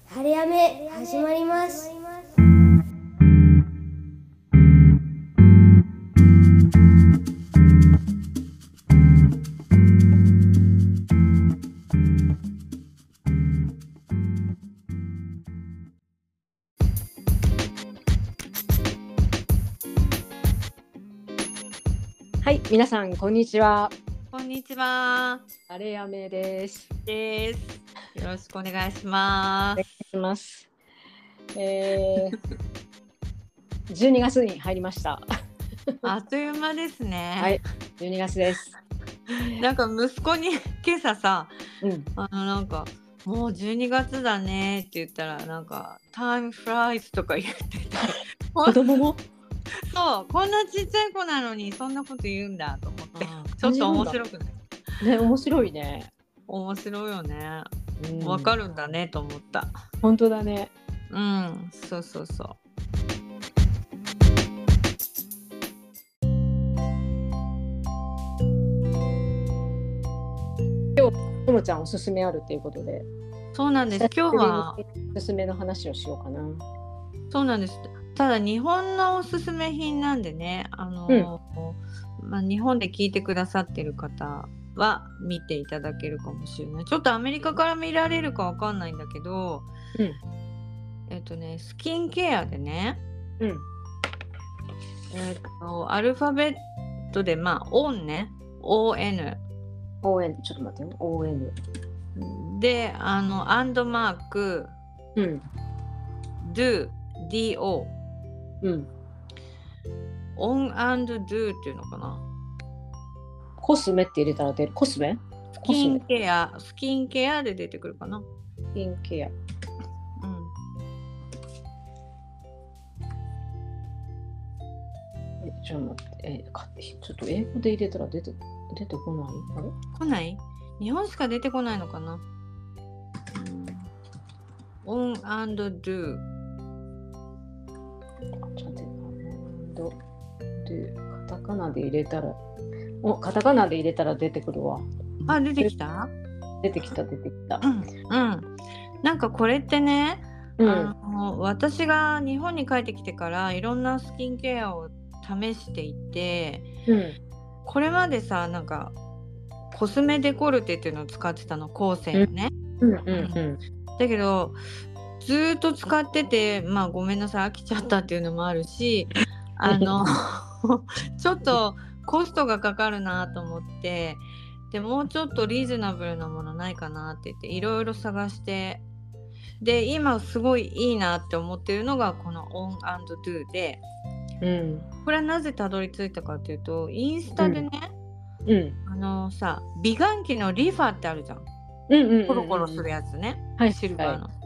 晴れ雨始まります。 はい、皆さんこんにちは。 こんにちは。 晴れ雨です。 よろしくお願いしまお願いす。 します。12月に入りました。 あっという間ですね。 はい、12月です。 なんか息子に今朝さ、 うん、 なんかもう12月だねって言ったらなんかTime flies とか言ってて子供もそうこんなちっちゃい子なのにそんなこと言うんだと思ってちょっと感じるんだ面白くないね、面白いね。 面白いよね。 うんわかるんだねと思った。 本当だね。 そうそうそうともちゃんおすすめあるっていうことで、 そうなんです。今日はおすすめの話をしようかな。 そうなんです。ただ日本のおすすめ品なんでね、日本で聞いてくださってる方は見ていただけるかもしれない。ちょっとアメリカから見られるかわかんないんだけど、スキンケアでね、アルファベットでON ね、ON。 ON ちょっと待ってね、ON で、アンドマーク、do、DO、on and do っていうのかな。 コスメって入れたら出る。コスメ？ スキンケアで出てくるかな。 スキンケア。ちょっと待って、ちょっと英語で入れたら出てこない？あれ？ 来ない？日本しか出てこないのかな。on and do。 ちょっと待って、カタカナで入れたら、カタカナで入れたら出てくるわ。 あ、出てきた？ 出てきた。 なんかこれってね、私が日本に帰ってきてからいろんなスキンケアを試していて、これまでさ、なんかコスメデコルテっていうのを使ってたの、コーセンね。だけどずっと使ってて、ごめんなさい、飽きちゃったっていうのもあるし、ちょっとコストがかかるなと思って、でもうちょっとリーズナブルなものないかなって言っていろいろ探して、で今すごいいいなって思ってるのがこの On and Do で、これはなぜたどり着いたかっていうと、インスタでね、美顔器のリファってあるじゃん、コロコロするやつね、シルバーの、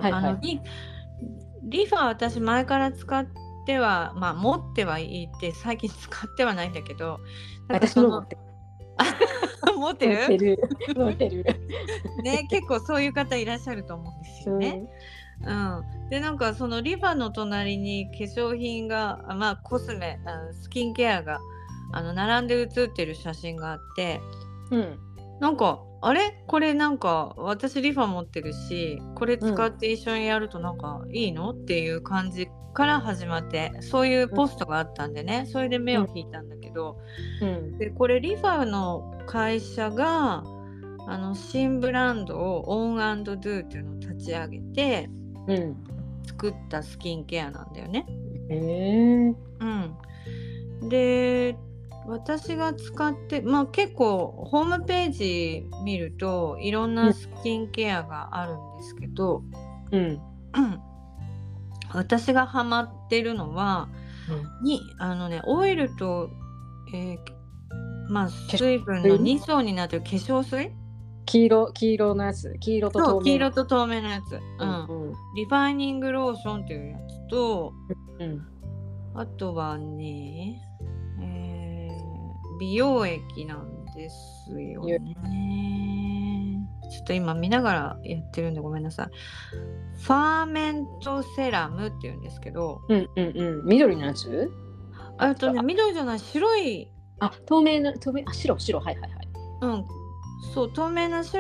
リファ私前から使っては、持ってはいて最近使ってはないんだけど、 私も持ってる持ってるね、 結構そういう方いらっしゃると思うんですよね。でなんかそのリファの隣に化粧品が、コスメ、スキンケアが並んで写ってる写真があって、なんかあれこれなんか私リファ持ってるし、これ使って一緒にやるとなんかいいのっていう感じから始まって、そういうポストがあったんでね、それで目を引いたんだけど、でこれリファの会社が新ブランドを On and Do っていうのを立ち上げて、作ったスキンケアなんだよね。で私が使って、結構ホームページ見るといろんなスキンケアがあるんですけど、私がハマってるのは、オイルと、水分の2層になってる化粧水、 黄色のやつ、黄色と透明のやつ、リファイニングローションっていうやつと、あとはね、美容液なんですよね。ちょっと今見ながらやってるんでごめんなさい。ファーメントセラムっていうんですけど、 緑のやつ？ 緑じゃない、白い。 透明、白、はい。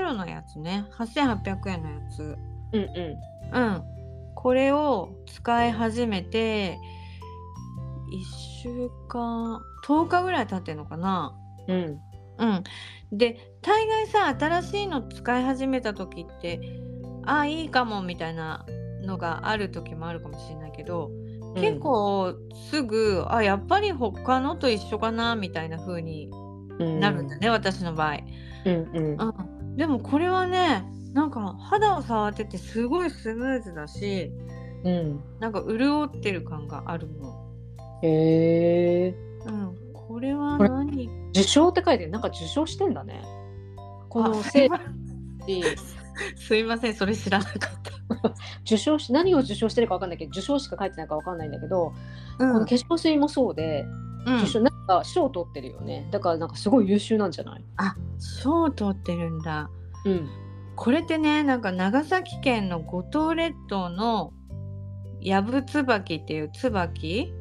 そう、透明な白のやつね、8800円のやつ。 うんうこれを使い始めて1週間10日ぐらい経ってるのかな。 んうんで大概さ、新しいの使い始めた時っていいかもみたいなのがある時もあるかもしれないけど、結構すぐやっぱり他のと一緒かなみたいな風になるんだね、私の場合。でもこれはね、なんか肌を触っててすごいスムーズだし、なんか潤ってる感があるの。 へえ。 これは何？ 受賞って書いてる。なんか受賞してんだね。このすいません、それ知らなかった。 何を受賞してるか分かんないけど、受賞しか書いてないか分かんないんだけど、この化粧水もそうで、受賞なんか賞を取ってるよね。だからなんかすごい優秀なんじゃない？ 賞を取ってるんだ。これってね、なんか長崎県の五島列島のヤブツバキっていうツバキ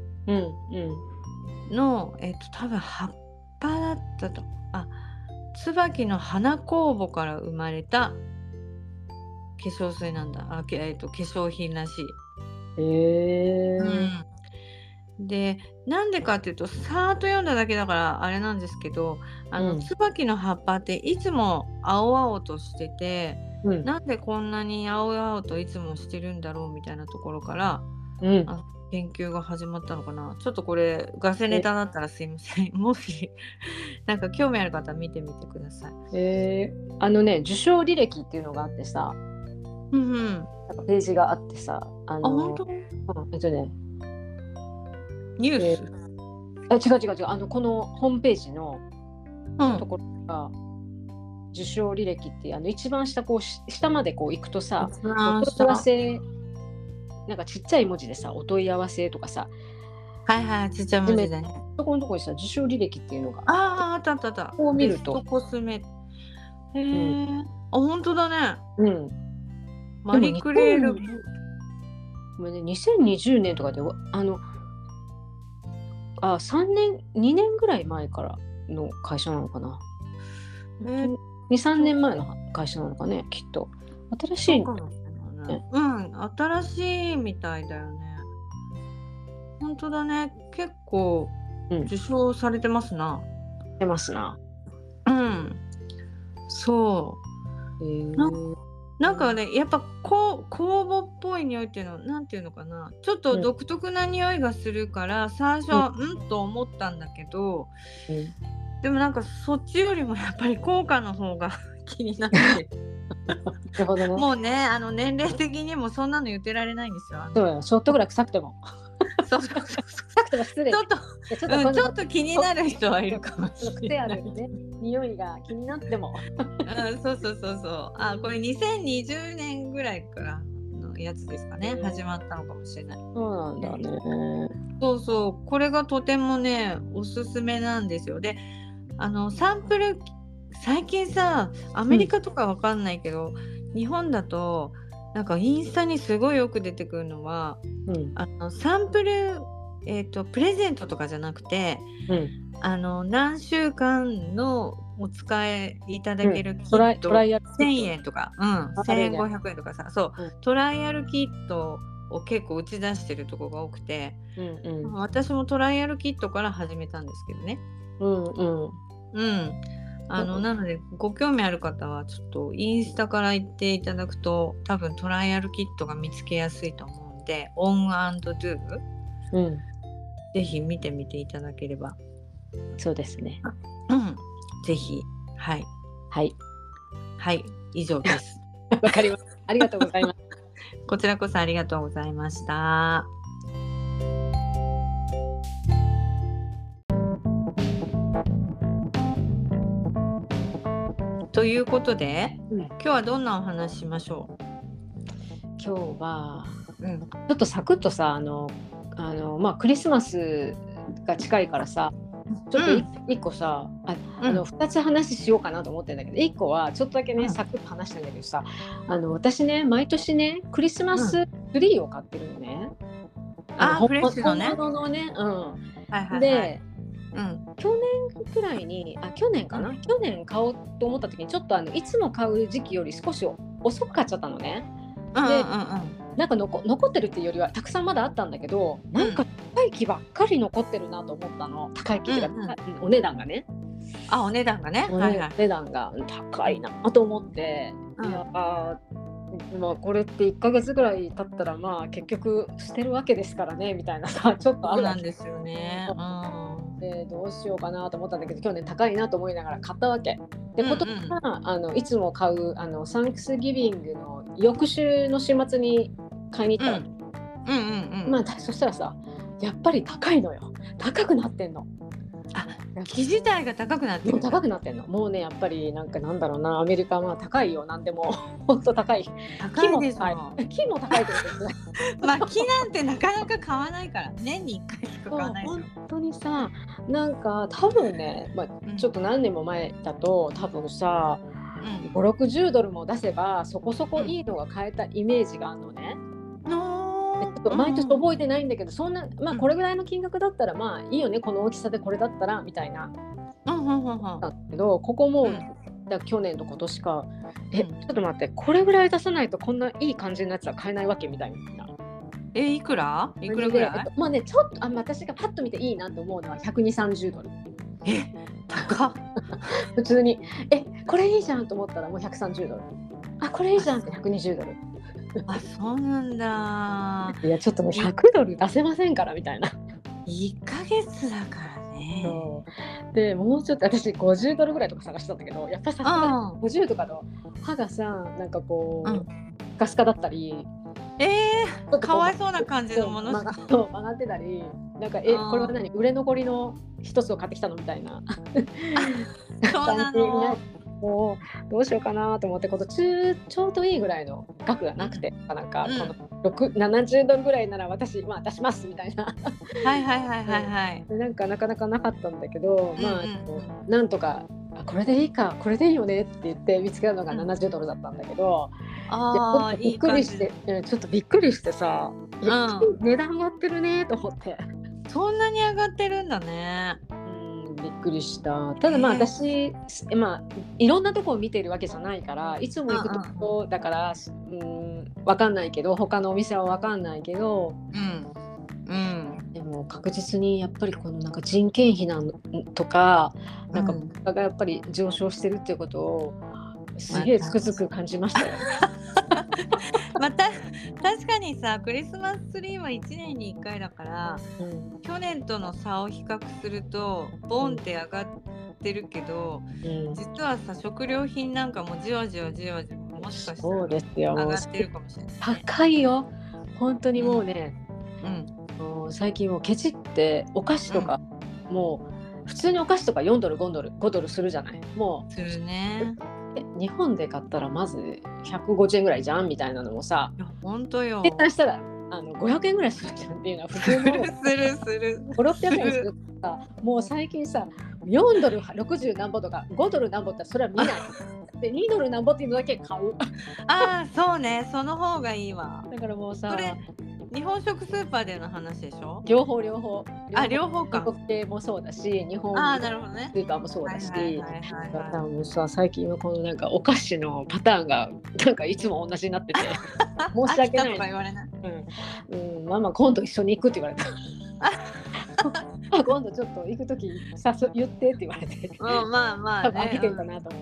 の、多分葉っぱだったと。ツバキの花酵母から生まれた化粧水なんだ。化粧品らしい。で、なんでかっていうと、さーっと読んだだけだからあれなんですけど、ツバキの葉っぱっていつも青々としてて、なんでこんなに青々といつもしてるんだろうみたいなところから、研究が始まったのかな。ちょっとこれガセネタだったらすいません。もしなんか興味ある方は見てみてください。 受賞履歴っていうのがあってさ、なんかページがあってさ、 本当？ニュース？ 違うこのホームページのところが、受賞履歴って一番下下までこう行くとさ、お問い合わせなんかちっちゃい文字でさ、お問い合わせとかさ、 ちっちゃい文字でね。 そこのところにさ、受賞履歴っていうのがあった。 こう見るとベストコスメ。本当だね。マリクレール。 2020年とかで2年ぐらい前からの会社なのかな。2、3年前の会社なのかね、きっと。新しい。 新しいみたいだよね。本当だね。結構受賞されてますな。 出ますな。 そう。なんかね、やっぱ酵母っぽい匂いっていうのなんていうのかな、ちょっと独特な匂いがするから、最初はと思ったんだけど、でもなんかそっちよりもやっぱり効果の方が気になってもうね、年齢的にもそんなの言ってられないんですよ。 そうよ、ちょっとぐらい臭くても臭くても失礼。ちょっと気になる人はいるかもしれない。 癖あるね、匂いが気になってもそう。これ2020年ぐらいからのやつですかね、始まったのかもしれない。 そうなんだね。 そう、これがとてもねおすすめなんですよ。で、サンプル最近さ、アメリカとかわかんないけど、日本だとなんかインスタにすごいよく出てくるのは、サンプル、プレゼントとかじゃなくて、何週間のお使いいただけるキット、1000円とか、1500円とかさ、トライアルキットを結構打ち出してるところが多くて、私もトライアルキットから始めたんですけどね。なのでご興味ある方はちょっとインスタから行っていただくと、多分トライアルキットが見つけやすいと思うんで、オン&ドゥ、ぜひ見てみていただければ。 そうですね。 ぜひ。はい、以上です。 わかります。ありがとうございます。 こちらこそありがとうございました。ということで、今日はどんなお話しましょう？ 今日は、ちょっとサクッとさ、クリスマスが近いからさ、ちょっと1個さ、2つ話しようかなと思ってるんだけど、1個はちょっとだけね、サクッと話したんだけどさ、私ね、毎年ね、クリスマスツリーを買ってるのね。 フレッシュのね。 本物のね。で、去年くらいに去年かな、去年買おうと思った時にちょっといつも買う時期より少し遅く買っちゃったのね。 うんうんうんなんか残ってるっていうよりはたくさんまだあったんだけど、なんか高い木ばっかり残ってるなと思ったの。高い木っていうか、お値段がね。 あ、お値段がね。はいはい。 値段が高いなと思って、いやまあこれって1ヶ月ぐらい経ったらまあ結局捨てるわけですからねみたいなさ、ちょっとあるわけ。 そうなんですよね。 でどうしようかなと思ったんだけど、去年高いなと思いながら買ったわけで、今年はいつも買うサンクスギビングの翌週の週末に買いに行ったわけ。まあそしたらさ、やっぱり高いのよ。高くなってんの。 あ、木自体が高くなってる。 高くなってんの。もうね、やっぱりなんかなんだろうな、アメリカは高いよ、なんでも本当高い。 高いですも木も高いってことですね。 まあ木なんてなかなか買わないから、年に1回しか買わないですよ。 本当にさ、なんか多分ね、まあ、ちょっと何年も前だと多分さ、5、60ドルも出せばそこそこいいのが買えたイメージがあるのね。毎年覚えてないんだけど、そんな、まあこれぐらいの金額だったらまあいいよね、この大きさでこれだったらみたいな。だけどここも、去年と今年か、ちょっと待って、これぐらい出さないとこんないい感じのやつは買えないわけみたいな。 いくらぐらい？ まあね、ちょっと私がパッと見ていいなと思うのは120、30ドル。 高っ。 普通にこれいいじゃんと思ったらもう130ドル。あ、これいいじゃんって120ドル。 あ、そうなんだ。 いやちょっともう100ドル出せませんからみたいな。 1ヶ月だからね。 でもうちょっと私50ドルぐらいとか探したんだけど、やっぱりさすがに50とかの歯がさ、なんかこうガスカだったり、 かわいそうな感じのもの曲がってたり、なんかこれは何、売れ残りの一つを買ってきたのみたいなそうなの。 もうどうしようかなと思って、ちょうどいいぐらいの額がなくて、なんかこの70ドルぐらいなら私まあ出しますみたいななんかなかなかなかったんだけど、まあなんとかこれでいいか、これでいいよねって言って見つけたのが70ドルだったんだけど、びっくりして、ちょっとびっくりしてさ、値段上がってるねと思って。 そんなに上がってるんだね。 びっくりした。ただまあ私、いろんなとこを見てるわけじゃないから、いつも行くとこだから、分かんないけど、他のお店は分かんないけど、でも確実にやっぱりこのなんか人件費とか、なんか物価がやっぱり上昇してるっていうことをすげえつくづく感じましたよ。 また確かにさ、クリスマスツリーは1年に1回だから、去年との差を比較するとボンって上がってるけど、実はさ、食料品なんかもじわじわもしかしたら上がってるかもしれない、 高いよ本当に。もうね、最近もうケチってお菓子とか、もう普通にお菓子とか4ドル5ドルするじゃない。もうするね。 日本で買ったらまず150円ぐらいじゃんみたいなのもさ、 本当よ。 計算したら500円ぐらいするじゃんっていうのは普通のする 500-600円するさ、もう最近さ4ドル60何ぼとか5ドル何ぼってそれは見ないで、2ドル何ぼっていうのだけ買う。 ああ、そうね、その方がいいわ。 だからもうさ、 それ日本食スーパーでの話でしょ？ 両方両方か。 韓国系もそうだし、日本なるほどね、 スーパーもそうだし、だからもうさ、最近はこのなんかお菓子のパターンがなんかいつも同じになってて申し訳ない。 とか言われない。 ママ今度一緒に行くって言われた。今度ちょっと行くとき言ってって言われて、 まあ多分飽きてるかなと思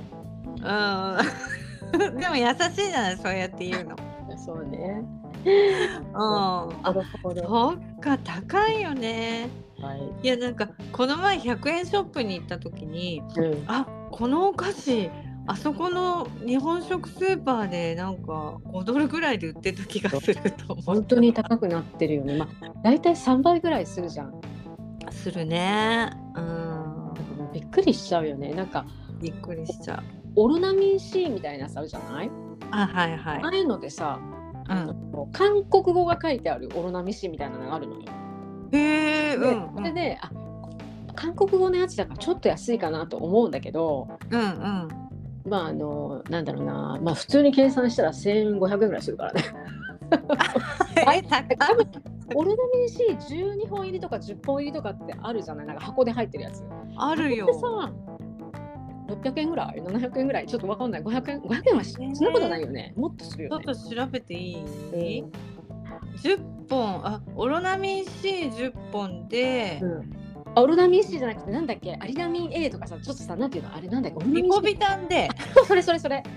って。でも優しいじゃない、そうやって言うの。 そうね。 そっか、高いよね。いや、なんかこの前100円ショップに行った時に、このお菓子あそこの日本食スーパーでなんか5ドルぐらいで売ってた気がすると思う。 本当に高くなってるよね。だいたい3倍ぐらいするじゃん。 するね。 びっくりしちゃうよね。なんかびっくりしちゃう。 オロナミン C みたいなさあるじゃない？ ああいうのでさ、韓国語が書いてあるオロナミン C みたいなのがあるのよ。それで韓国語のやつだからちょっと安いかなと思うんだけど、なんだろうな、普通に計算したら1500円ぐらいするからね。オルナミン C12 本入りとか10本入りとかってあるじゃない。なんか箱で入ってるやつあるよ。 でさ、 600円ぐらい700円ぐらいちょっとわかんない。500円はそんなことないよね。もっとするよね。 ちょっと調べていい、10本オロナミン C10 本で、 オロナミン C じゃなくてなんだっけ、アリナミン A とかさ、ちょっとさ、なんていうのあれなんだっけ、 リポビタンでそれちょ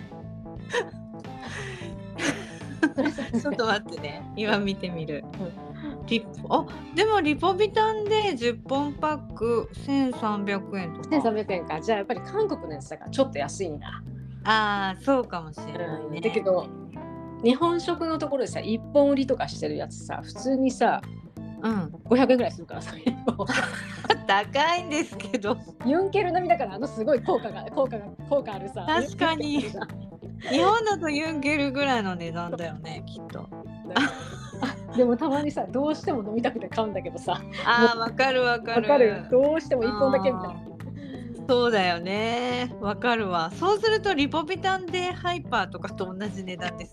っと待ってね、今見てみる。でもリポビタンで10本パック1300円とか。 1300円か。じゃあやっぱり韓国のやつだからちょっと安いんだ。 そうかもしれないね。 だけど日本食のところでさ、1本売りとかしてるやつさ、普通にさ、500円ぐらいするからさ高いんですけど、 ユンケル並みだから、すごい効果あるさ。 確かに日本だとユンケルぐらいの値段だよね、きっと。 でもたまにさ、どうしても飲みたくて買うんだけどさ、 わかる。 どうしても1本だけみたいな。 そうだよね、わかるわ。そうするとリポビタンデハイパーとかと同じ値段です。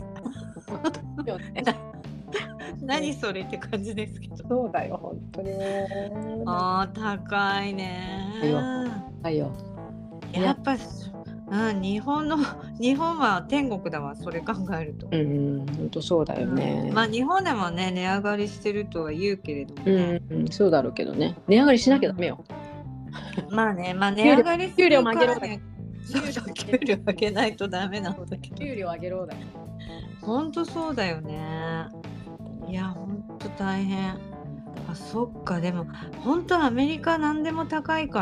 何それって感じですけど。 そうだよ、本当にね。 高いね。 高いよ。 やっぱ日本は天国だわ、それ考えると。 本当そうだよね。 日本でもね、値上がりしてるとは言うけれどもね。 そうだろうけどね。値上がりしなきゃダメよ。 値上がりするからね。 給料上げろだよ。 給料上げないとダメなんだけど。 給料上げろだよ。 本当そうだよね。いや、本当大変。そっか。でも本当アメリカ何でも高いから。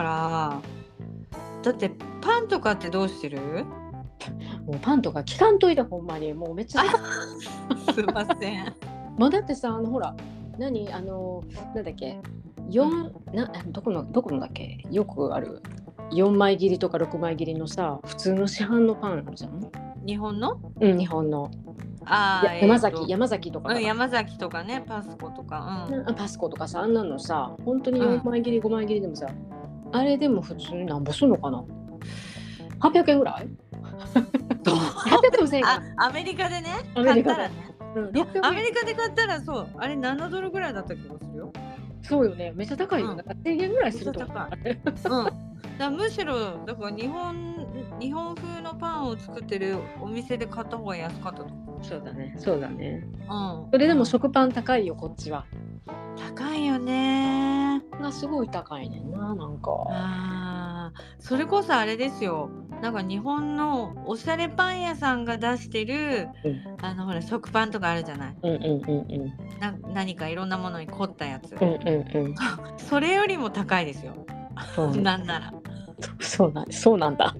だってパンとかってどうしてる？ もうパンとか聞かんといて、ほんまにもうめっちゃすいません。 だってさ、ほらなんだっけ、どこのだっけ、よくある4枚切りとか6枚切りのさ、普通の市販のパンあるじゃん。 日本の？ 日本の。山崎とか。 山崎とかね、パスコとか。 パスコとかさ、あんなのさ、本当に4枚切り5枚切りでもさ、あれでも普通になんぼするのかな。800円ぐらい800円もせんか。 アメリカでね、買ったらね。アメリカで買ったらそう、あれ7ドルぐらいだった気がするよ。 そうよね、めっちゃ高いよ。1000円ぐらいすると思う。 むしろだから日本風のパンを作ってるお店で買った方が安かったと思う。 そうだね。それでも食パン高いよ、こっちは。 高いよね。 がすごい高いねんな、なんか。 それこそあれですよ。なんか日本のおしゃれパン屋さんが出してる、ほら食パンとかあるじゃない。何かいろんなものに凝ったやつ。それよりも高いですよ。なんなら。 そうなんだ。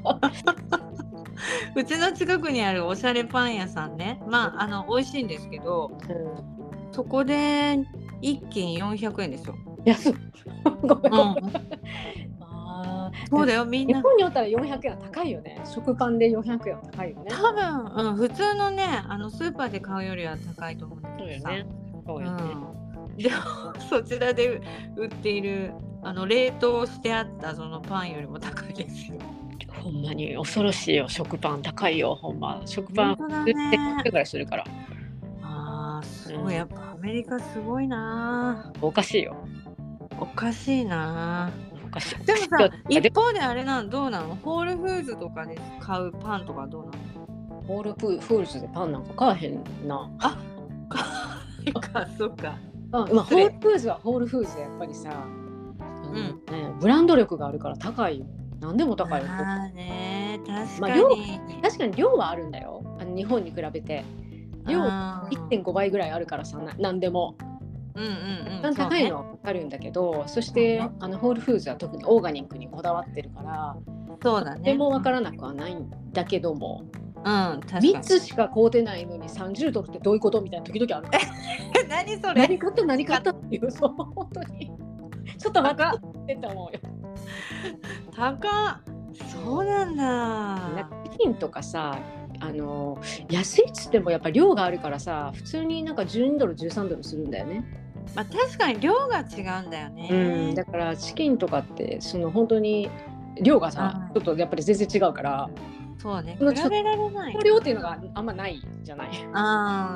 うちの近くにあるおしゃれパン屋さんね、美味しいんですけど、そこで1斤400円ですよ。 安い。 そうだよ、みんな。 日本におったら400円は高いよね。食パンで400円は高いよね。 多分、普通のね、スーパーで買うよりは高いと思うんだけどさ。 そうよね。 でもそちらで売っている冷凍してあったそのパンよりも高いですよ。 ほんまに恐ろしいよ、食パン高いよ、ほんま。食パン1000円ぐらいするから。 すごい、やっぱアメリカすごいな。 おかしいよ。 おかしいな。でもさ、一方であれどうなの？ホールフーズとかで買うパンとかどうなの？ ホールフーズでパンなんか買わへんな。 そうか。 ホールフーズはホールフーズでやっぱりさ、ブランド力があるから高いよ。何でも高いよ。確かに量はあるんだよ。日本に比べて量 1.5 倍ぐらいあるからさ、何でも。高いのあるんだけど、そしてホールフーズは特にオーガニックにこだわってるから、 そうだね。 でも分からなくはないんだけども、3つしか買うてないのに30ドルってどういうことみたいな時々あるから。 何それ？ 何買ったっていう、そう本当にちょっと待ってって思うよ。 高っ。そうなんだ。 チキンとかさ、安いっつってもやっぱ量があるからさ、普通になんか12ドル13ドルするんだよね。 確かに量が違うんだよね。 だからチキンとかって本当に量がさ、ちょっとやっぱり全然違うから。 そうね、比べられない。 量っていうのがあんまないじゃない。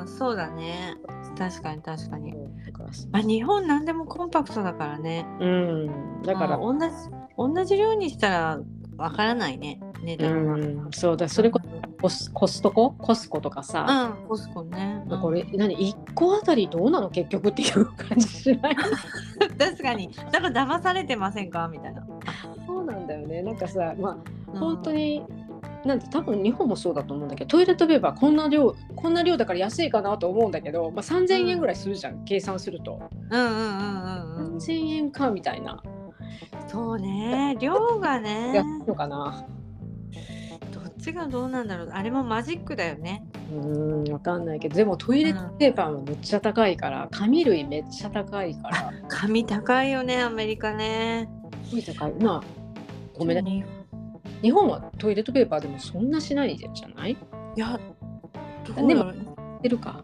そうだね。確かに。日本なんでもコンパクトだからね。 だから同じ量にしたらわからないね、値段は。 そうだ、それこそコストコとかさ、 コスコね。 これ1個あたりどうなの結局っていう感じしない？ 確かに。だから騙されてませんかみたいな。 そうなんだよね。なんかさ、本当になんて多分日本もそうだと思うんだけど、トイレットペーパーこんな量だから安いかなと思うんだけど、3000円ぐらいするじゃん、計算すると。3000円かみたいな。 そうね、量がね。 安いのかな。 どっちがどうなんだろう。あれもマジックだよね。 わかんないけど、でもトイレットペーパーもめっちゃ高いから、紙類めっちゃ高いから。 紙高いよね、アメリカね。 高い。ごめんね。日本はトイレットペーパーでもそんなしないじゃない？いや、どうだろう。 てるか。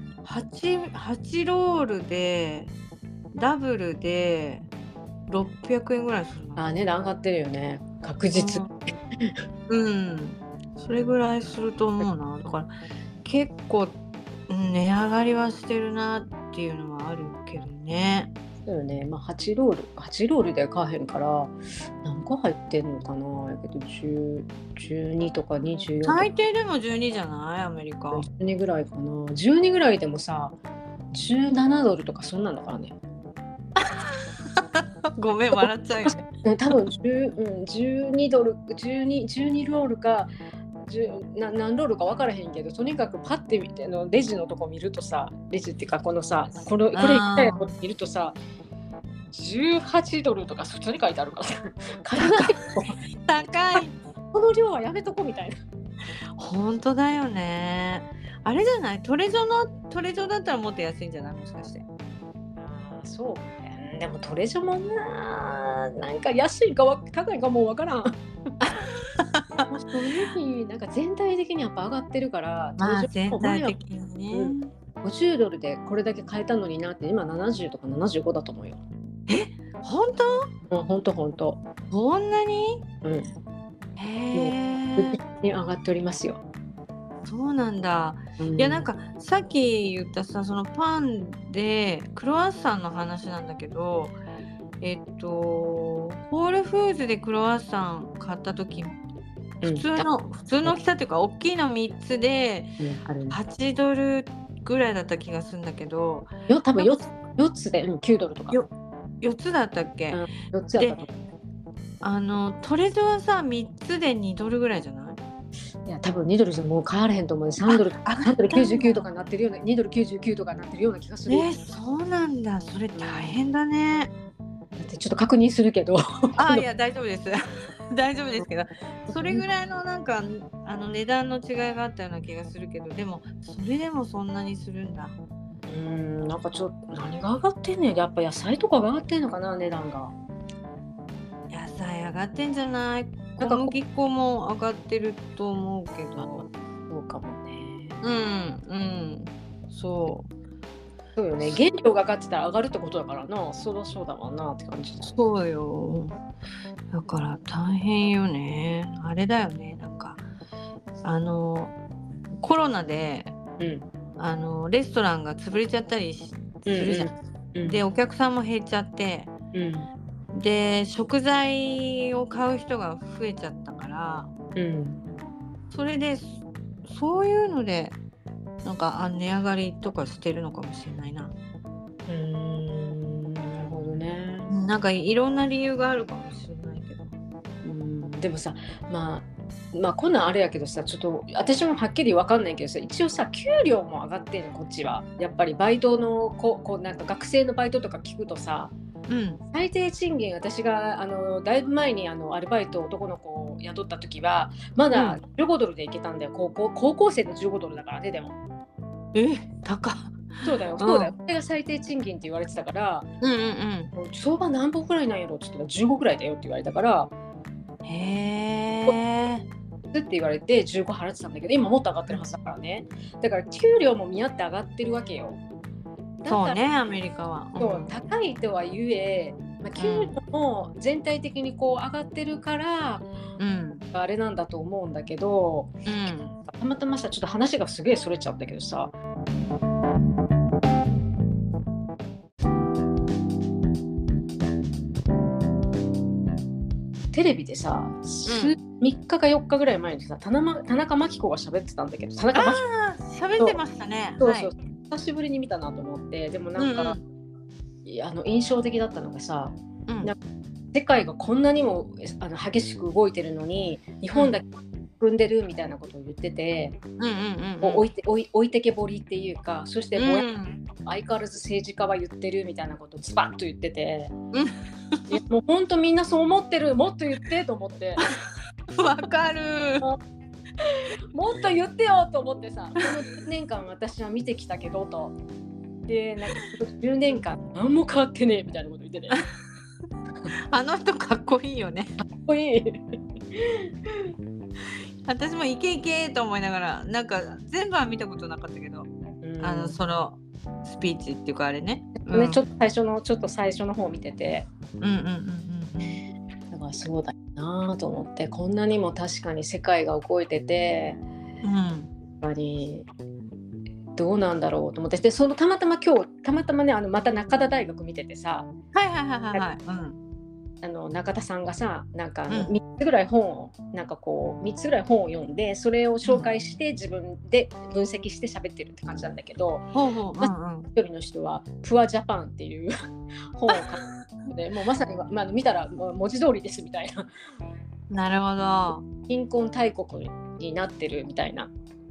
8ロールでダブルで600円ぐらいするの。 値段上がってるよね、確実。 それぐらいすると思うな。だから結構値上がりはしてるなっていうのはあるけどね。 そうよね。8ロールで買えへんから何個入ってんのかな。やけど12とか24とか。 最低でも12じゃない？アメリカ。 12ぐらいかな。12ぐらいでもさ、17ドルとかそんなのからね。 ごめん、笑っちゃうよね。 多分12ドル、12ロールか何ロールか分からへんけど、とにかくパッて見てレジのとこ見るとさ、レジっていうかこれいったやつ見るとさ、18ドルとかそっちに書いてあるからさ、 高い。 この量はやめとこみたいな。 本当だよね。あれじゃない？トレジョだったらもっと安いんじゃない？もしかして。 そうね。でもトレジョもなんか安いか高いかもう分からん。正直なんか全体的にやっぱ上がってるから、 全体的にね、 50ドルでこれだけ買えたのになって、今70とか75だと思うよ。 本当？ 本当。 こんなに？ へえ。に上がっておりますよ。 そうなんだ。いや、なんかさっき言ったさ、そのパンでクロワッサンの話なんだけど、ホールフーズでクロワッサン買った時、普通の大きさっていうか大きいの3つで8ドルぐらいだった気がするんだけど、 多分4つで9ドルとか。 4つだったっけ？ 4つだったと。 トレジョはさ3つで2ドルぐらいじゃない？ いや、多分2ドルじゃもう変わらへんと思う。3ドル99とかになってるような、2ドル99とかになってるような気がする。 そうなんだ。それ大変だね。 だってちょっと確認するけど。 いや、大丈夫です。大丈夫ですけど、それぐらいのなんか値段の違いがあったような気がするけど、でもそれでもそんなにするんだ。 なんか何が上がってんねん。やっぱ野菜とかが上がってんのかな、値段が。 野菜上がってんじゃない？小麦粉も上がってると思うけど。 そうかもね。そうよね。原料が上がってたら上がるってことだからな。そうだわなって感じだ。 そうよ。だから大変よね。あれだよね。なんかコロナで、レストランが潰れちゃったりするじゃん。で、お客さんも減っちゃって、で食材を買う人が増えちゃったから、それでそういうのでなんか値上がりとかしてるのかもしれないな。 なるほどね。 なんかいろんな理由があるかもしれないけど。 でもさ、こんなんあれやけどさ、ちょっと私もはっきり分かんないけどさ、一応さ、給料も上がってんの、こっちは。やっぱりバイトのなんか学生のバイトとか聞くとさ、最低賃金、私がだいぶ前にアルバイト男の子を雇った時はまだ15ドルでいけたんだよ。高校生で15ドルだからね。でも高っ。 そうだよ。それが最低賃金って言われてたから、相場何本ぐらいなんやろって言ったら15ぐらいだよって言われたから、って言われて15払ってたんだけど、今もっと上がってるはずだからね。だから給料も見合って上がってるわけよ。 そうね、アメリカは。 高いとはいえ、給料も全体的に上がってるから、あれなんだと思うんだけど、たまたまさ、ちょっと話がすげえそれちゃったけどさ、 テレビでさ、3日か4日ぐらい前にさ、田中真紀子が喋ってたんだけど、田中真紀喋ってましたね。 子、そう、久しぶりに見たなと思って、でもなんか、印象的だったのがさ、なんか世界がこんなにも激しく動いてるのに日本だけ組んでるみたいなことを言ってて、置いてけぼりっていうか、そして相変わらず政治家は言ってるみたいなことをズバッと言ってて、もう本当みんなそう思ってる、もっと言ってと思ってわかるもっと言ってよと思ってさ、この10年間私は見てきたけどと、でなんか10年間何も変わってねえみたいなこと言っててあの人かっこいいよね。 かっこいい私もイケイケと思いながら、なんか全部は見たことなかったけど、そのスピーチっていうかあれね、 ちょっと最初の方見てて、だからそうだなと思って、こんなにも確かに世界が動いてて、やっぱりどうなんだろうと思って、でたまたまね、また中田大学見ててさ、中田さんがさ、なんか3つぐらい本を読んで、それを紹介して自分で分析して喋ってるって感じなんだけど、一人の人はプアジャパンっていう本を書いてで、もうまさに、見たら文字通りですみたいな。 なるほど。 貧困大国になってるみたいな。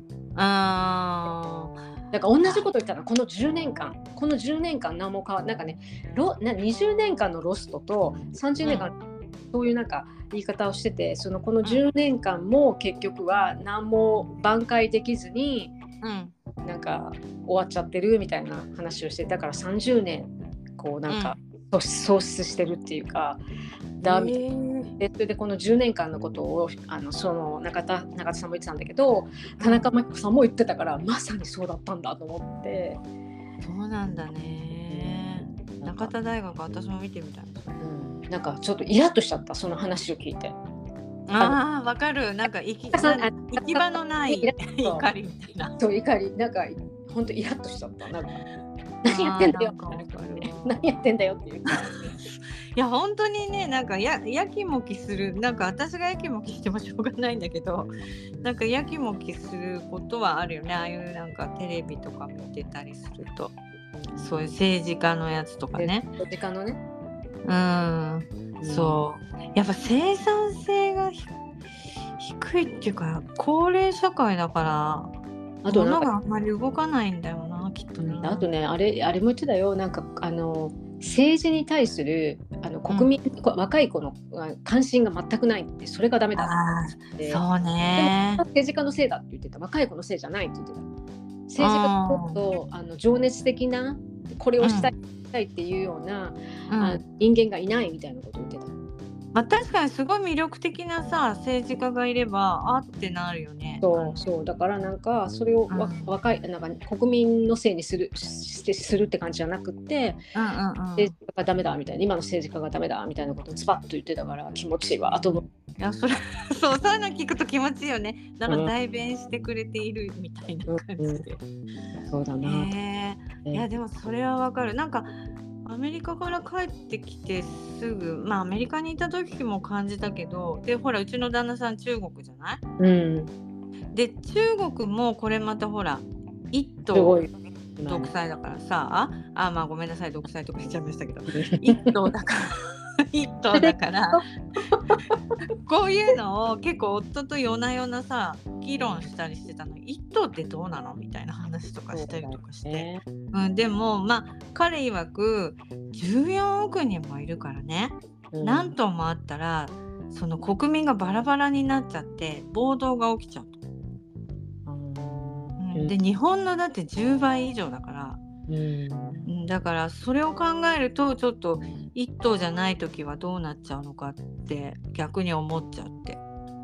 だから同じこと言ったら、この10年間何も変わなんかね、20年間のロストと30年間、そういうなんか言い方をしてて、この10年間も結局は何も挽回できずに、なんか終わっちゃってるみたいな話をして、だから30年こうなんか喪失してるっていうか、それでこの10年間のことをその中田さんも言ってたんだけど、田中真紀子さんも言ってたから、まさにそうだったんだと思って。 そうなんだね。中田大学私も見てみたい。 なんかちょっとイラッとしちゃった、その話を聞いて。 わかる。なんか行き場のない怒りみたいな。 そう、怒り、なんか本当イラッとしちゃった。なんか何やってんだよ何やってんだよっていうかいや本当にね、なんかやきもきする、なんか私がやきもきしてもしょうがないんだけど、なんかやきもきすることはあるよね。ああいうなんかテレビとか見てたりすると、そういう政治家のやつとかね。 政治家のね。 そうやっぱ生産性が低いっていうか、高齢社会だから物があんまり動かないんだよな、きっとね。 あとね、あれも言ってたよ。なんか政治に対する国民、若い子の関心が全くないって、それがダメだって。 そうね。 でも政治家のせいだって言ってた。若い子のせいじゃないって言ってた。政治家と情熱的なこれをしたいっていうような、人間がいないみたいなことを言ってた。 確かにすごい魅力的なさ政治家がいればあってなるよね。 そうだからなんかそれを若いなんか国民のせいにするって感じじゃなくて、政治家がダメだみたいな、今の政治家がダメだみたいなことをズバッと言ってたから気持ちいいわと思って。 いやそういうの聞くと気持ちいいよね。なんか代弁してくれているみたいな感じで。 そうだな。 いやでもそれはわかる。なんかアメリカから帰ってきてすぐ、アメリカにいた時も感じたけど、でほらうちの旦那さん中国じゃない？で中国もこれまたほら一党独裁だからさ、ごめんなさい、独裁とか言っちゃいましたけど一党だからこういうのを結構夫と夜な夜なさ議論したりしてたの。一党ってどうなのみたいな話とかしたりとかして、でも彼曰く14億人もいるからね、何党もあったらその国民がバラバラになっちゃって暴動が起きちゃうと。で日本のだって10倍以上だから、だからそれを考えるとちょっと一党じゃない時はどうなっちゃうのかって逆に思っちゃって、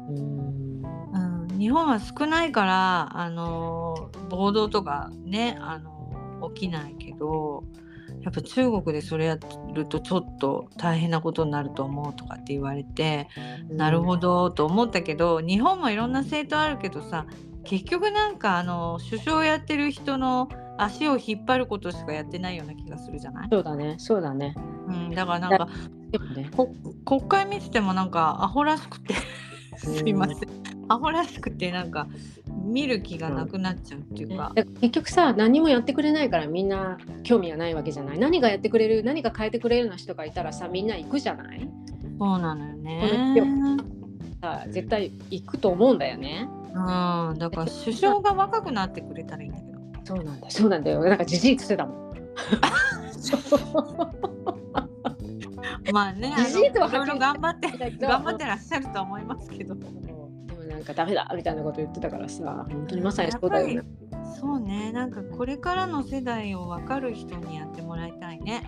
日本は少ないから暴動とかね起きないけど、やっぱ中国でそれやるとちょっと大変なことになると思うとかって言われて、なるほどと思ったけど、日本もいろんな政党あるけどさ、結局なんか首相やってる人の足を引っ張ることしかやってないような気がするじゃない？ そうだね、そうだね。 だからなんかでもね、 国会見ててもなんかアホらしくてすいません、アホらしくてなんか見る気がなくなっちゃうっていうか、 だから結局さ、何もやってくれないからみんな興味がないわけじゃない。何がやってくれる、何か変えてくれるような人がいたらさ、みんな行くじゃない。 そうなのよこのね。 さ、絶対行くと思うんだよね。 だから首相が若くなってくれたらいいんだけど。 そうなんだよ、そうなんだよ。なんかじじいつってたもん。 まあね、 事実はいろいろ頑張ってそう頑張ってらっしゃると思いますけど。 でもなんかダメだみたいなこと言ってたからさ、本当にまさにそうだよね。 そうね、なんかこれからの世代を分かる人にやってもらいたいね。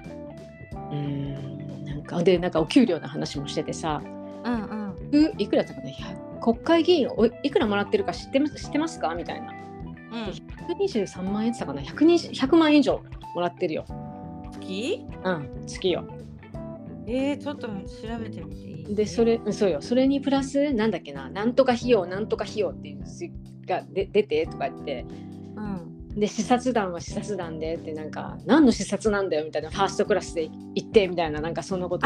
なんかでなんかお給料の話もしててさ、いくらだったかな、国会議員いくらもらってるか知ってますかみたいな。123万円って言ったかな、100万円以上もらってるよ。 月？ 月よ。 ちょっと調べてみていい？ でそれにプラスなんだっけな、なんとか費用っていう数が出てとか言って、で視察団は視察団でってなんか何の視察なんだよみたいな、ファーストクラスで行ってみたいな、なんかそんなことを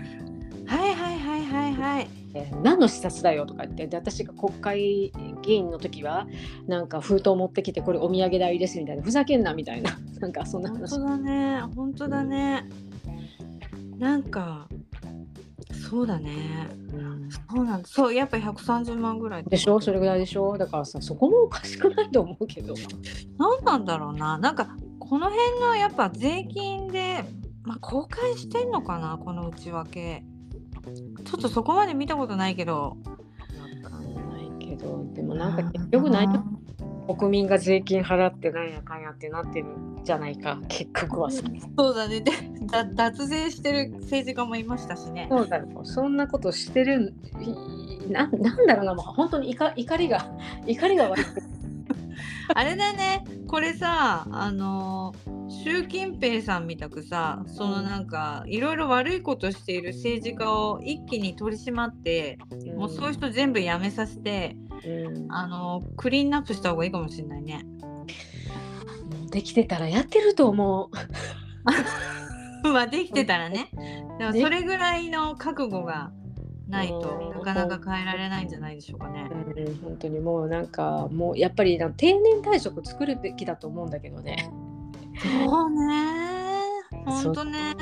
何の視察だよとか言って、で私が国会議員の時はなんか封筒持ってきてこれお土産代ですみたいな、ふざけんなみたいな、なんかそんな話。 本当だね。なんかそうだね。そうなんだ。そうやっぱ130万ぐらいでしょ、それぐらいでしょ。だからさ、そこもおかしくないと思うけど。 何なんだろうな。なんかこの辺のやっぱ税金で、公開してんのかな、この内訳。ちょっとそこまで見たことないけど。 わかんないけど、でもなんか結局国民が税金払ってなんやかんやってなってるんじゃないか、結局はさ。 そうだね。で脱税してる政治家もいましたしね。 そうだろう、そんなことしてるなんだろうな、もう本当に怒りが湧いてあれだね、これさ、習近平さんみたくさ、そのなんかいろいろ悪いことしている政治家を一気に取り締まって、もうそういう人全部辞めさせて、クリーンアップした方がいいかもしれないね。 できてたらやってると思う。できてたらね。でもそれぐらいの覚悟がないとなかなか変えられないんじゃないでしょうかね。 本当にもうなんかもうやっぱり定年退職作るべきだと思うんだけどね。 そうね、本当ね。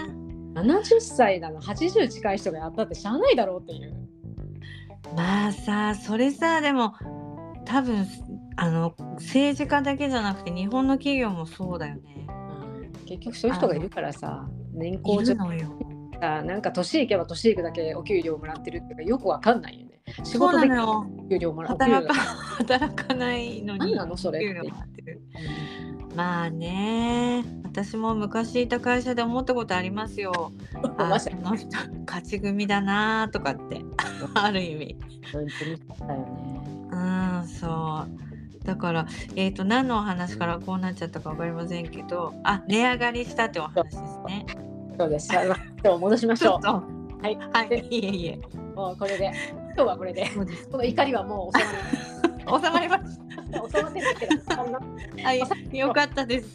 70歳なの80近い人がやったってしゃあないだろうっていう。 まあさ、それさ、でも多分政治家だけじゃなくて日本の企業もそうだよね。 結局そういう人がいるからさ、年功序列なんか年いけば年いくだけお給料もらってるっていうかよくわかんないよね。仕事で給料もらってる。 働かないのに何なのそれって。 給料もらってる。まあね、私も昔いた会社で思ったことありますよ。この人勝ち組だなとかってある意味。 本当にそうだよね。 そうだから何のお話からこうなっちゃったか分かりませんけど、値上がりしたってお話ですね。 そうです。今日戻しましょう。 はい、いえ。 もうこれで今日はこれでこの怒りはもう収まります。 収まってるけど。 よかったです。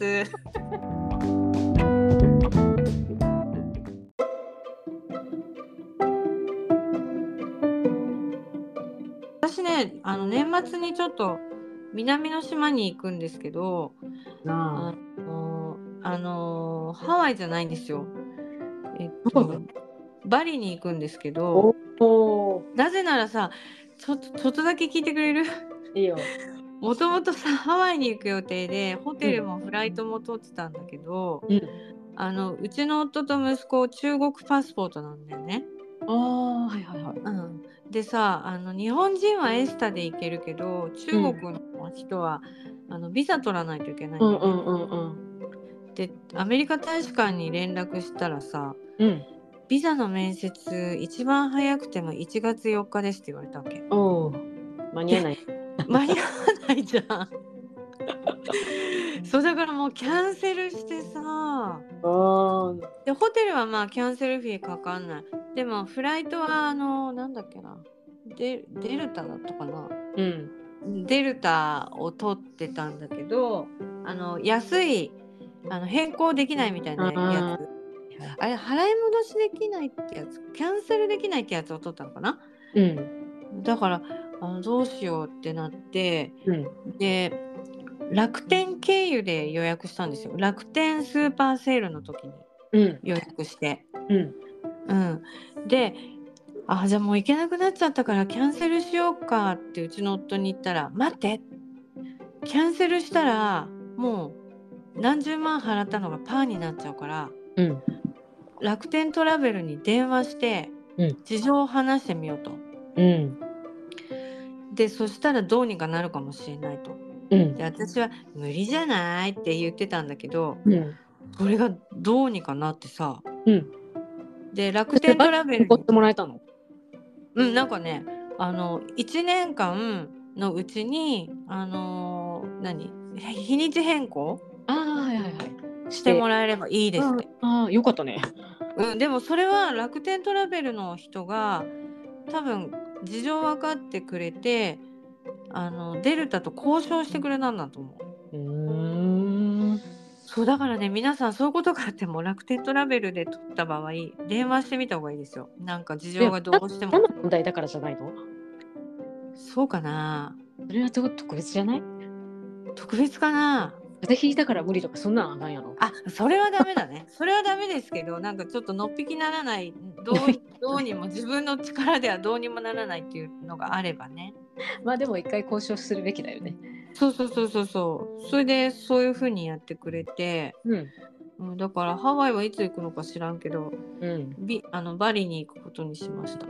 私ね、年末にちょっと南の島に行くんですけど、ハワイじゃないんですよ。バリに行くんですけど、なぜならさ、ちょっとだけ聞いてくれる？ いいよ。 もともとさ、ハワイに行く予定でホテルもフライトも取ってたんだけど、うちの夫と息子中国パスポートなんだよね。でさ、日本人はエスタで行けるけど中国の人は、ビザ取らないといけないんだよね。でアメリカ大使館に連絡したらさ、ビザの面接一番早くても1月4日ですって言われたわけ。 間に合わない。 間に合わないじゃん。そうだからもうキャンセルしてさ、でホテルはキャンセルフィーかかんない。でもフライトはなんだっけな、デルタだったかな、デルタを取ってたんだけど、 安い変更できないみたいなやつ、あれ払い戻しできないってやつ、キャンセルできないってやつを取ったのかな。だからどうしようってなって、で楽天経由で予約したんですよ。楽天スーパーセールの時に予約して、でじゃあもう行けなくなっちゃったからキャンセルしようかってうちの夫に言ったら、待って、キャンセルしたらもう何十万払ったのがパーになっちゃうから、楽天トラベルに電話して事情を話してみようと、でそしたらどうにかなるかもしれないと、で私は無理じゃないって言ってたんだけど、それがどうにかなってさ、で楽天トラベルにってもらえたの？ なんかね1年間のうちに日にち変更してもらえればいいですって。 よかったね。 でもそれは楽天トラベルの人が多分事情分かってくれてデルタと交渉してくれたんだと思う。そうだからね、皆さんそういうことがあっても楽天トラベルで取った場合電話してみた方がいいですよ。なんか事情がどうしても。 何の問題だからじゃないの？ そうかな。 それは特別じゃない？ 特別かな。 風邪ひいたから無理とかそんなんあかんやろ。 それはダメだね。それはダメですけど、なんかちょっとのっぴきならない、どうにも自分の力ではどうにもならないっていうのがあればね。 まあでも一回交渉するべきだよね。 そう。それでそういう風にやってくれて、だからハワイはいつ行くのか知らんけど、バリに行くことにしました。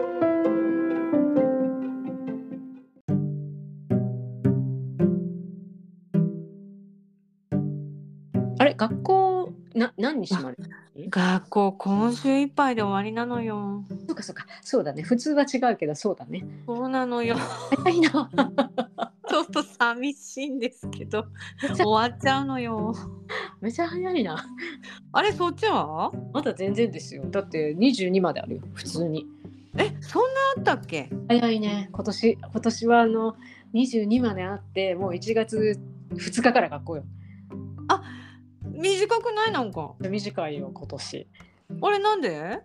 あれ、学校何日まで？ 学校今週いっぱいで終わりなのよ。 そうだね。普通は違うけどそうだね。 そうなのよ。 早いな。 ちょっと寂しいんですけど終わっちゃうのよ。 めちゃ早いな。 あれ、そっちは？ まだ全然ですよ。だって22まであるよ、普通に。 そんなあったっけ？ 早いね。今年は22まであって、もう1月2日から学校よ。 短くない？なんか短いよ今年。 あれ、なんで？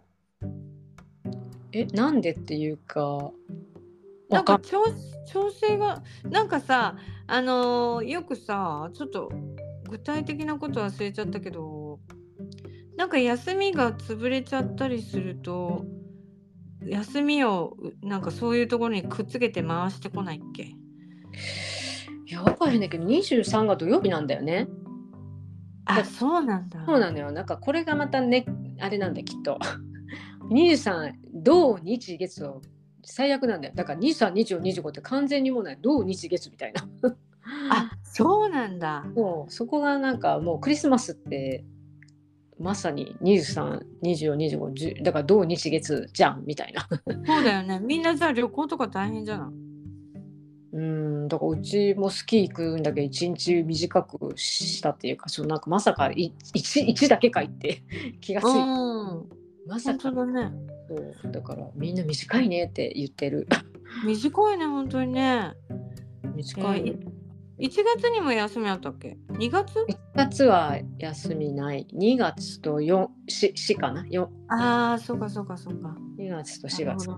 なんでっていうか、 なんか調整がなんかさ、よくさ、ちょっと具体的なこと忘れちゃったけど、なんか休みが潰れちゃったりすると休みをなんかそういうところにくっつけて回してこないっけ？ やばいんだけど23が土曜日なんだよね。 そうなんだ。 そうなんだよ。なんかこれがまたね、あれなんだよきっと。23土日月を最悪なんだよ。だから23、24、25って完全にもうない土日月みたいな。 そうなんだ。 もうそこがなんかもうクリスマスってまさに23、24、25だから土日月じゃんみたいな。 そうだよね。みんなじゃあ旅行とか大変じゃない？ だからうちもスキー行くんだけど1日短くしたっていうか、なんかまさか 1だけかいって気がついて、まさか本当だね。 そうだからみんな短いねって言ってる。 短いね本当にね。 短い、 1月にも休みあったっけ？2月 ？1月は休みない。2月と4かな。 そうか。 2月と4月。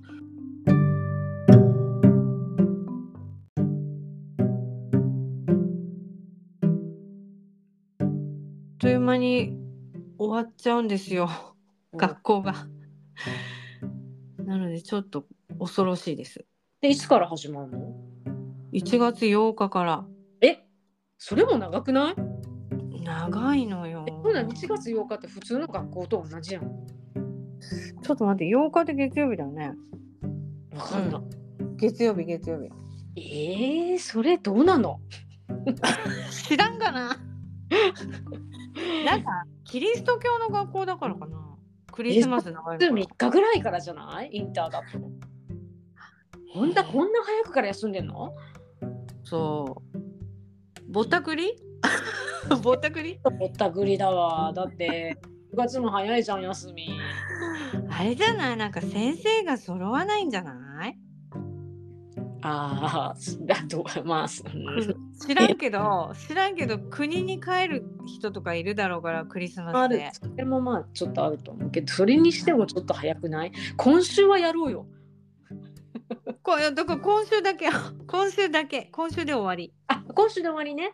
という間に終わっちゃうんですよ、学校が。なのでちょっと恐ろしいです。 でいつから始まるの ？1月8日から。 それも長くない？ 長いのよ。 そうだ、1月8日って普通の学校と同じやん。 ちょっと待って、8日って月曜日だよね。 わかんない。 月曜日。 それどうなの？ 知らんかな。なんかキリスト教の学校だからかな。クリスマス長いから。 3日ぐらいからじゃない？インターだと。こんな早くから休んでんの？ そう。ぼったくり？ぼったくりだわ。だって9月も早いじゃん休み。 あれじゃない？なんか先生が揃わないんじゃない？ まあ、 知らんけど国に帰る人とかいるだろうからクリスマスで。 それもまあちょっとあると思うけど、それにしてもちょっと早くない？今週はやろうよ。 だから今週で終わり。 今週で終わりね。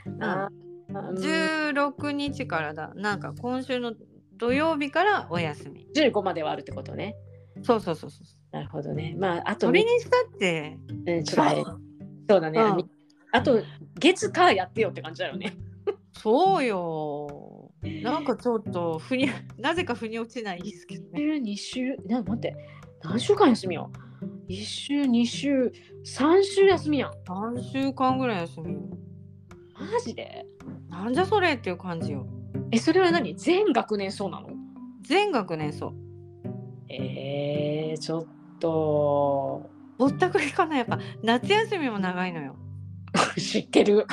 16日からだ。なんか今週の土曜日からお休み。 15まではあるってことね。 そう。 なるほどね。まああとそれにしたって、 ちょっとそうだね。あと月火やってよって感じだよね。 そうよ。なんかちょっとなぜか腑に落ちないですけどね。 2週、待って、何週間休みよ。1週、2週、3週休みやん。 3週間ぐらい休みよ。 マジで？ なんじゃそれっていう感じよ。 それは何？全学年そうなの？ 全学年そう。 ちょっとぼったくりかな。やっぱ夏休みも長いのよ。 知ってる。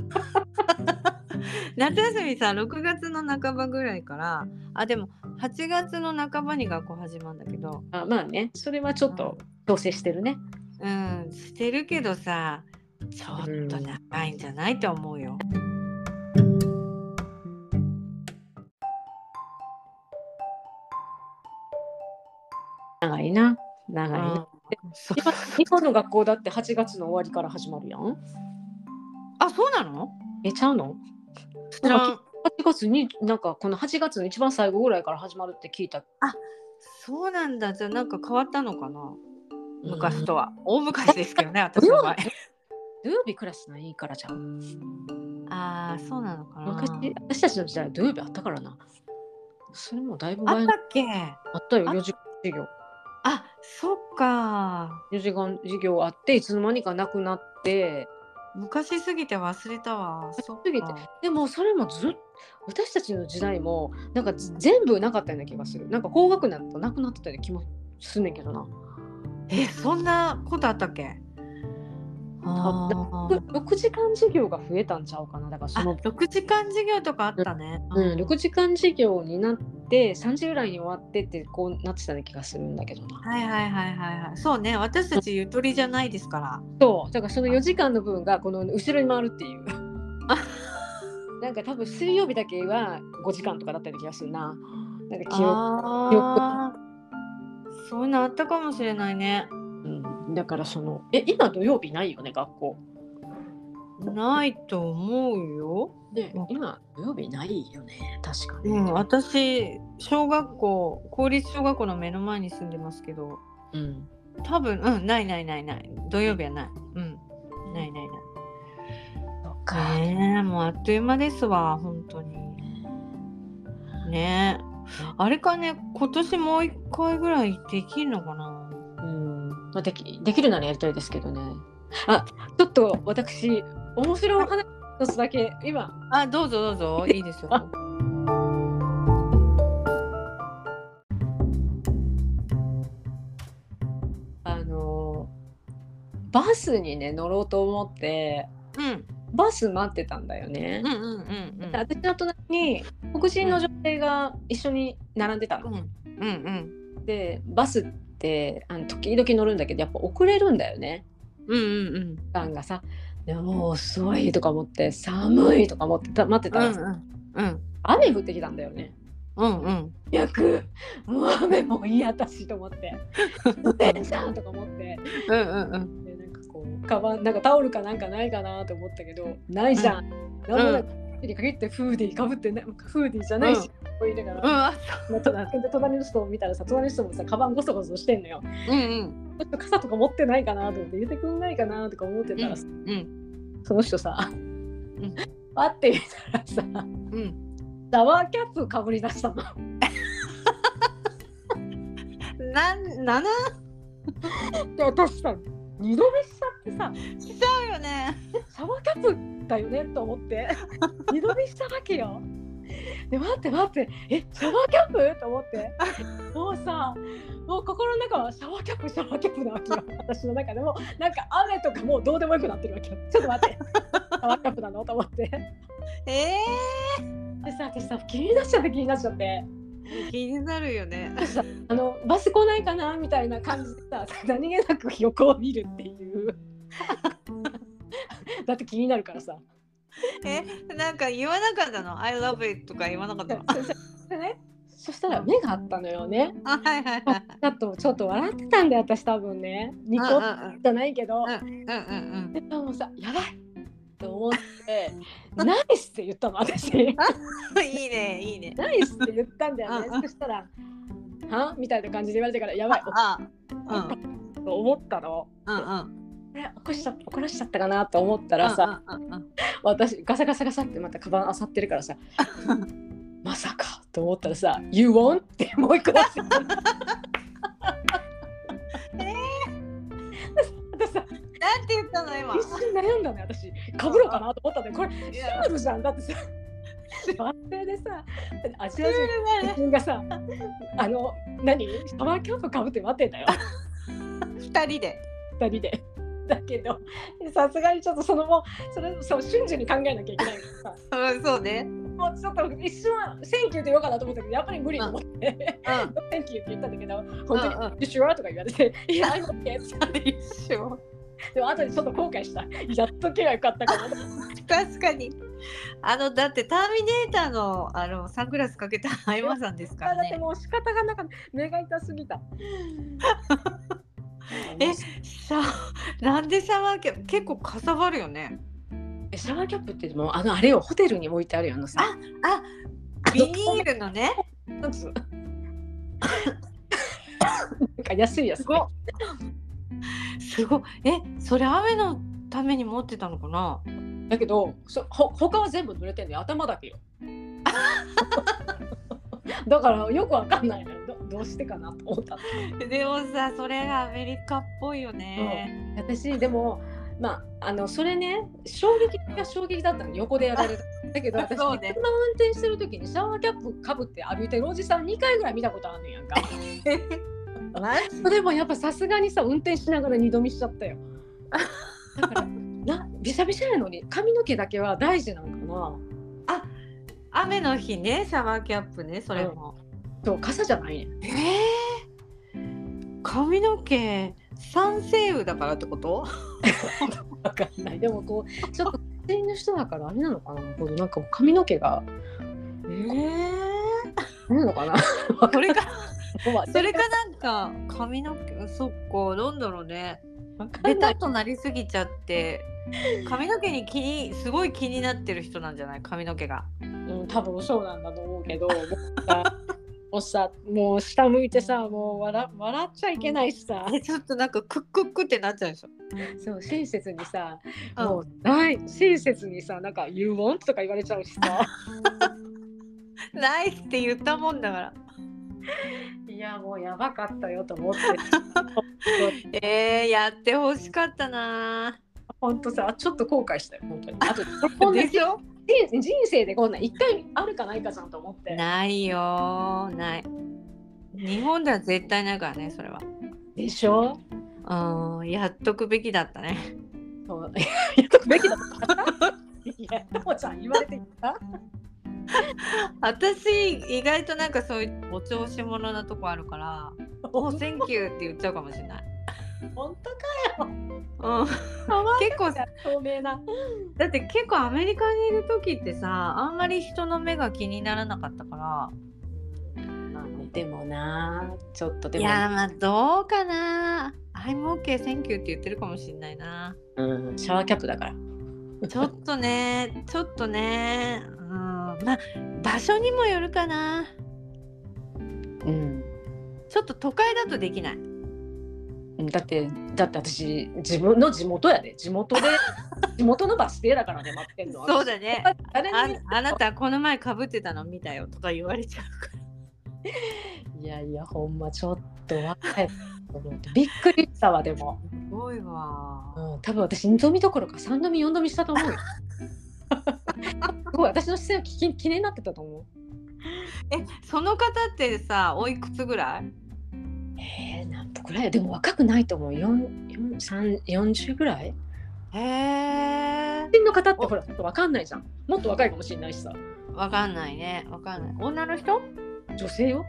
夏休みさ、6月の半ばぐらいからでも8月の半ばに学校始まるんだけど、 まあね、それはちょっと調整してるね。 してるけどさ、ちょっと長いんじゃないと思うよ。 長いな。日本の学校だって8月の終わりから始まるやん。 そうなの？ ちゃうの？8月になんかこの8月の一番最後ぐらいから始まるって聞いた。 そうなんだ。じゃあなんか変わったのかな、昔とは。大昔ですけどね、私の場合。 土曜日クラスないいからじゃん。 そうなのかな。 私たちの時代土曜日あったからな。それもだいぶ前。 あったっけ？ あったよ、4時間授業。 そっか。 4時間授業あって、いつの間にかなくなって。 昔すぎて忘れたわ。 でもそれも私たちの時代もなんか全部なかったような気がする。なんか高学年だとなくなってたような気もすんねんけどな。 そんなことあったっけ ？6時間授業が増えたんちゃうかな。だからその 6時間授業とかあったね。 6時間授業になって3時ぐらいに終わってってこうなってたような気がするんだけどな。 はい。そうね、私たちゆとりじゃないですから。 そうだからその4時間の分がこの後ろに回るっていうなんか多分水曜日だけは5時間とかだったような気がするな。なんか記憶そういうのあったかもしれないね。 だから今土曜日ないよね、学校。 ないと思うよ。 今土曜日ないよね、確かに。 私公立小学校の目の前に住んでますけど、多分ない土曜日はない。ない。もうあっという間ですわ、本当にね。あれかね、今年もう1回ぐらいできるのかな。 できるならやりたいですけどね。ちょっと私面白い話一つだけ今。 どうぞいいですよ。 バスにね乗ろうと思って、バス待ってたんだよね。私の隣に黒人の女性が一緒に並んでたの。でバスって時々乗るんだけどやっぱ遅れるんだよね。時間がさ。でも遅いとか思って寒いとか思って待ってたら、雨降ってきたんだよね。もう雨もいい私と思って降んじゃんとか思って、でなんかこうカバンなんかタオルかなんかないかなと思ったけどないじゃん。なんもなくに限ってフーディーかぶってね、フーディーじゃないし、こう言いながら、隣の人を見たらさ、隣の人もさカバンゴソゴソしてんのよ。ちょっと傘とか持ってないかなと思って入れてくんないかなとか思ってたらさ、その人さ、パッて見たらさ、シャワーキャップかぶり出したの。で私さ二度目しちゃってさ、 しちゃうよね。 シャワーキャップだよねと思って二度目したわけよ。で待ってシャワーキャップと思ってもう心の中はシャワーキャップなわけよ。私の中でもなんか雨とかもうどうでもよくなってるわけよ。ちょっと待ってシャワーキャップなのと思ってでさ、私さ気になっちゃって気になるよね。 バス来ないかなみたいな感じでさ、何気なく横を見るっていうだって気になるからさ。 なんか言わなかったの I love it とか言わなかったのでね、そしたら目があったのよね。 はいはいはいちょっと笑ってたんだよ私多分ね。ニコッじゃないけど。でもうさやばいと思ってナイスって言ったの私。 いいねいいね。 ナイスって言ったんだよね。そしたらはみたいな感じで言われてからやばいと思ったの。怒らしちゃったかなと思ったらさ、私ガサガサガサってまたカバン漁ってるからさまさかと思ったらさ You won't? ってもう一個出してた私さなんて言ったの今。 一瞬悩んだね私かぶろうかなと思ったんだよ。これシュールじゃんだってさバッテでさアジア人がさ何シャワーキャップかぶって待ってんだよ 2人でだけどさすがにちょっとそれ瞬時に考えなきゃいけないからさそうね。 もうちょっと一瞬はセンキューって言おうかなと思ったけどやっぱり無理と思ってセンキューって言ったんだけど本当に「You sure?」とか言われて「いや、I'm okay」でも後でちょっと後悔したやっとけばよかったかな確かにだってターミネーターのサングラスかけた相馬さんですからね。 だってもう仕方がなかった目が痛すぎたなんでシャワーキャップ結構かさばるよね。 シャワーキャップってもうあれをホテルに置いてあるよさビニールのねなんか安いやつ、ね、 すごいそれ雨のために持ってたのかな。 だけど他は全部濡れてんのよ頭だけよだからよくわかんないのよどうしてかなと思ったでもさそれがアメリカっぽいよね、 私でもそれね衝撃だったの横でやられただけど私車運転してる時にシャワーキャップかぶって歩いてるおじさん2回ぐらい見たことあるのやんかでもやっぱさすがにさ運転しながら二度見しちゃったよだからびしゃびしゃやのに髪の毛だけは大事なのかな。 雨の日ねシャワーキャップねそれも、 そう傘じゃないね。 髪の毛酸性雨だからってことわかんない。でもちょっと全員の人だからあれなのかな。なんか髪の毛がなのかな。 それかなんか髪の毛そっかなんだろうね。ベタっとなりすぎちゃって髪の毛にすごい気になってる人なんじゃない髪の毛が。 多分そうなんだと思うけどもう下向いてさもう笑っちゃいけないしさちょっとなんかクックックってなっちゃうでしょ。 そう親切にさもう親切にさなんか You want? とか言われちゃうしさナイスって言ったもんだからいやもうやばかったよと思ってやってほしかったな。 ほんとさちょっと後悔したよ本当に。あとでしょ人生でこんな1回あるかないかじゃんと思って。 ないよない日本では絶対ないからねそれは。 でしょ。 やっとくべきだったね。 そうやっとくべきだったいやともちゃん言われてきた私意外となんかそういうお調子者なとこあるからもうセンキューって言っちゃうかもしれない。 本当かよ。 結構透明な。 だって結構アメリカにいる時ってさあんまり人の目が気にならなかったから。 でもなちょっとでもいやまあどうかな。I'm okay thank you って言ってるかもしれないな。 シャワーキャップだからちょっとねまあ場所にもよるかな。ちょっと都会だとできない。 だって私自分の地元やで地元のバス停だからね待ってんの。 そうだねあなたこの前かぶってたの見たよとか言われちゃうからいやほんまちょっと若いびっくりしたわ。でもすごいわ、 多分私2度見どころか3度見4度見したと思うよすごい私の視線は気になってたと思う。 その方ってさおいくつぐらい？ 何歩ぐらいでも若くないと思う。40ぐらい。の方ってほら分かんないじゃん。もっと若いかもしれないしさ。 分かんないね分かんない。女の人？ 女性よ。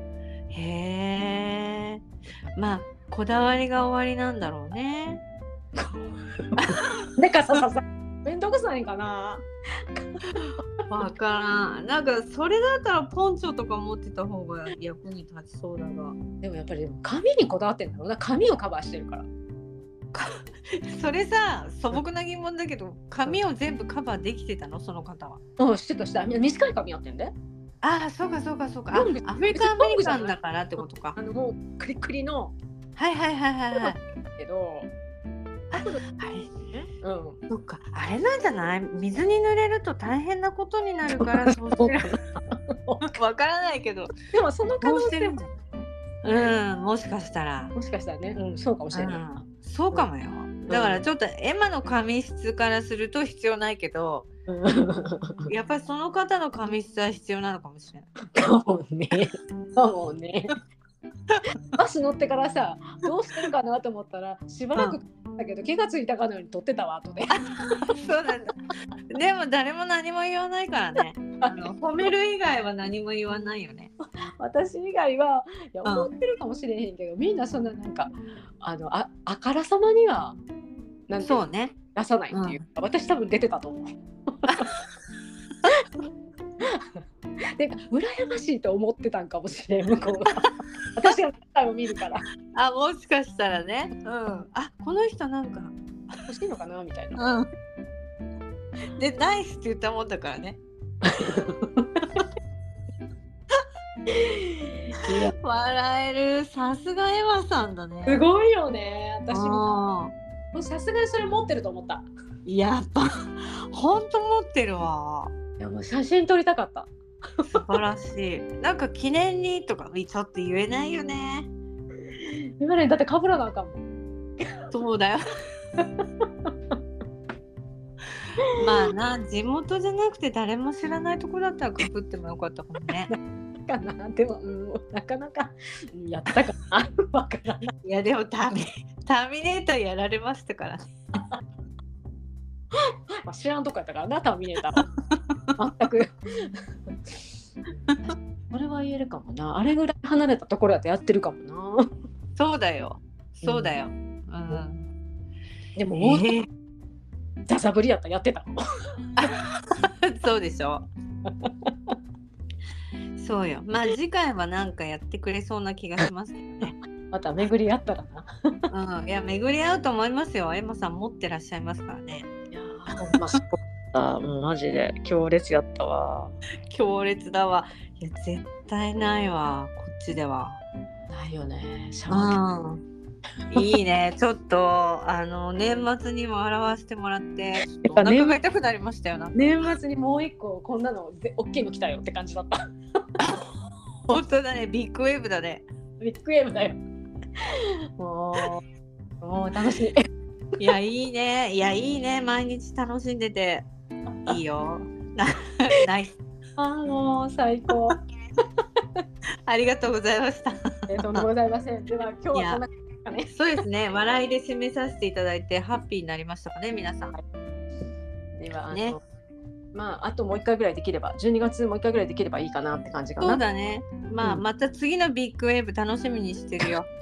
まあこだわりが終わりなんだろうね。 でかさめんどくさいんかな。 わからん。なんかそれだったらポンチョとか持ってた方が役に立ちそうだが。 でもやっぱり髪にこだわってんだろうな。髪をカバーしてるから。 それさ素朴な疑問だけど、髪を全部カバーできてたのその方は。 うん、してた短い髪やってんで。 ああ、そうかそうかそうか。 ロングアフリカンアメリカンだからってことか。 もうクリクリのはいはいはいはいはい。 けど、 あれ、 うん。 そっか、あれなんじゃない？水に濡れると大変なことになるからそうしてる。わからないけど。 でもその可能性ももしかしたら。 もしかしたらね、そうかもしれない。 そうかもよ。だからちょっとエマの髪質からすると必要ないけど、やっぱりその方の髪質は必要なのかもしれない。 かもね。バス乗ってからさ、どうしてるかなと思ったらしばらくだけど、気がついたかのように撮ってたわ後で。 そうなんだ。でも誰も何も言わないからね。褒める以外は何も言わないよね。 私以外はいや思ってるかもしれへんけど、みんなそんななんかあからさまにはなんてそうね。 出さないっていうか、私多分出てたと思う。で羨ましいと思ってたんかもしれん向こうが。私が何を見るから。 あ、もしかしたらね。あ、この人なんか欲しいのかなみたいな。 でナイスって言ったもんだからね。笑える。さすがエマさんだね。 すごいよね。私もさすがにそれ持ってると思った。 やっぱ本当持ってるわ。 いやもう写真撮りたかった。 素晴らしい。なんか記念にとかちょっと言えないよね。 今ねだって被らなあかんもん。 そうだよ。まあな、地元じゃなくて誰も知らないところだったら被ってもよかったかもね。 かな。でも、なかなかやったかな。わからない。 いやでもターミネーターやられましたからね。 まあ、知らんとこやったからな、ターミネーター。全く。これは言えるかもな。あれぐらい離れたところだとやってるかもな。 そうだよ。そうだよ。 でももうザザぶりやったらやってたの。 そうでしょ。そうよ。まあ次回はなんかやってくれそうな気がしますけどね。 また巡り合ったらな。いや巡り合うと思いますよ。エマさん持ってらっしゃいますからね。 いやほんまそうだ。もうマジで強烈やったわ。 強烈だわ。いや絶対ないわ。こっちでは。 ないよね。 いいね。ちょっと年末にも表してもらってお腹が痛くなりましたよな。 年末にもう一個こんなの大きいの来たよって感じだった。 本当だね。ビッグウェーブだね。 ビッグウェーブだよ。もう楽しい。 いやいいね。いやいいね。毎日楽しんでていいよ。ナイス。 もう最高。 ありがとうございました。 とんでもございません。では今日はこんな感じですかね。 そうですね。笑いで締めさせていただいてハッピーになりましたかね、皆さん。 ではね。まああともう一回ぐらいできれば、12月もう一回ぐらいできればいいかなって感じかな。 そうだね。まあ、また次のビッグウェーブ楽しみにしてるよ。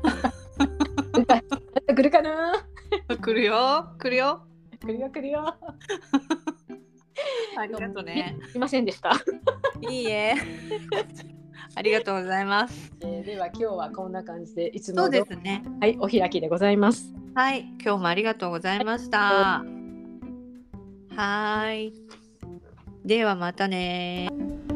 来るかな。 来るよ。来るよ。 来るよ。 ありがとうね。 すいませんでした。 いいえ。ありがとうございます。 では今日はこんな感じでいつもそうですね。 はい、お開きでございます。 はい、今日もありがとうございました。はい。ではまたね。